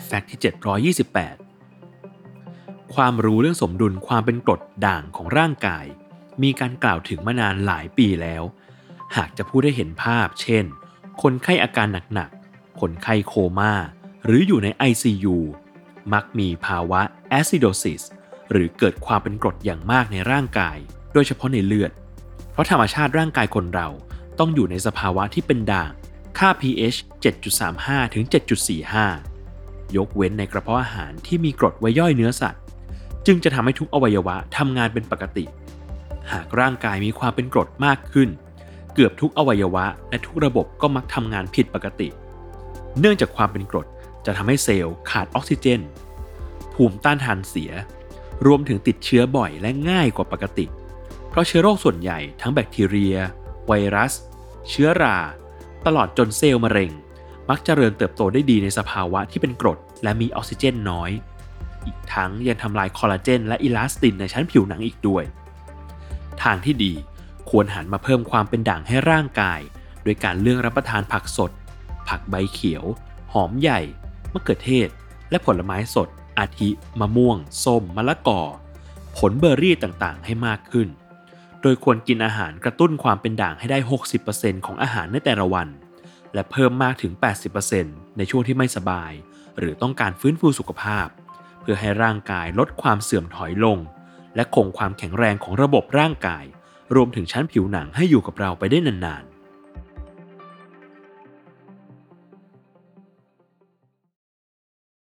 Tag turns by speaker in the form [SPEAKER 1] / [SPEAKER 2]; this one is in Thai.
[SPEAKER 1] แฟกต์ที่728ความรู้เรื่องสมดุลความเป็นกรดด่างของร่างกายมีการกล่าวถึงมานานหลายปีแล้วหากจะพูดให้เห็นภาพเช่นคนไข้อาการหนักๆคนไข้โคม่าหรืออยู่ใน ICU มักมีภาวะแอซิโดซิสหรือเกิดความเป็นกรดอย่างมากในร่างกายโดยเฉพาะในเลือดเพราะธรรมชาติร่างกายคนเราต้องอยู่ในสภาวะที่เป็นด่างค่า pH 7.35 ถึง 7.45 ยกเว้นในกระเพาะอาหารที่มีกรดไว้ย่อยเนื้อสัตว์จึงจะทำให้ทุกอวัยวะทำงานเป็นปกติหากร่างกายมีความเป็นกรดมากขึ้นเกือบทุกอวัยวะและทุกระบบก็มักทำงานผิดปกติเนื่องจากความเป็นกรดจะทำให้เซลล์ขาดออกซิเจนภูมิต้านทานเสียรวมถึงติดเชื้อบ่อยและง่ายกว่าปกติเพราะเชื้อโรคส่วนใหญ่ทั้งแบคทีเรียไวรัสเชื้อราตลอดจนเซลล์มะเร็งมักเจริญเติบโตได้ดีในสภาวะที่เป็นกรดและมีออกซิเจนน้อยอีกทั้งยังทำลายคอลลาเจนและอิลาสตินในชั้นผิวหนังอีกด้วยทางที่ดีควรหันมาเพิ่มความเป็นด่างให้ร่างกายโดยการเลือกรับประทานผักสดผักใบเขียวหอมใหญ่มะเขือเทศและผลไม้สดอาทิมะม่วงส้มมะละกอผลเบอร์รี่ต่างๆให้มากขึ้นโดยควรกินอาหารกระตุ้นความเป็นด่างให้ได้ 60% ของอาหารในแต่ละวันและเพิ่มมากถึง 80% ในช่วงที่ไม่สบายหรือต้องการฟื้นฟูสุขภาพเพื่อให้ร่างกายลดความเสื่อมถอยลงและคงความแข็งแรงของระบบร่างกายรวมถึงชั้นผิวหนังให้อยู่กับเราไปได้นานๆ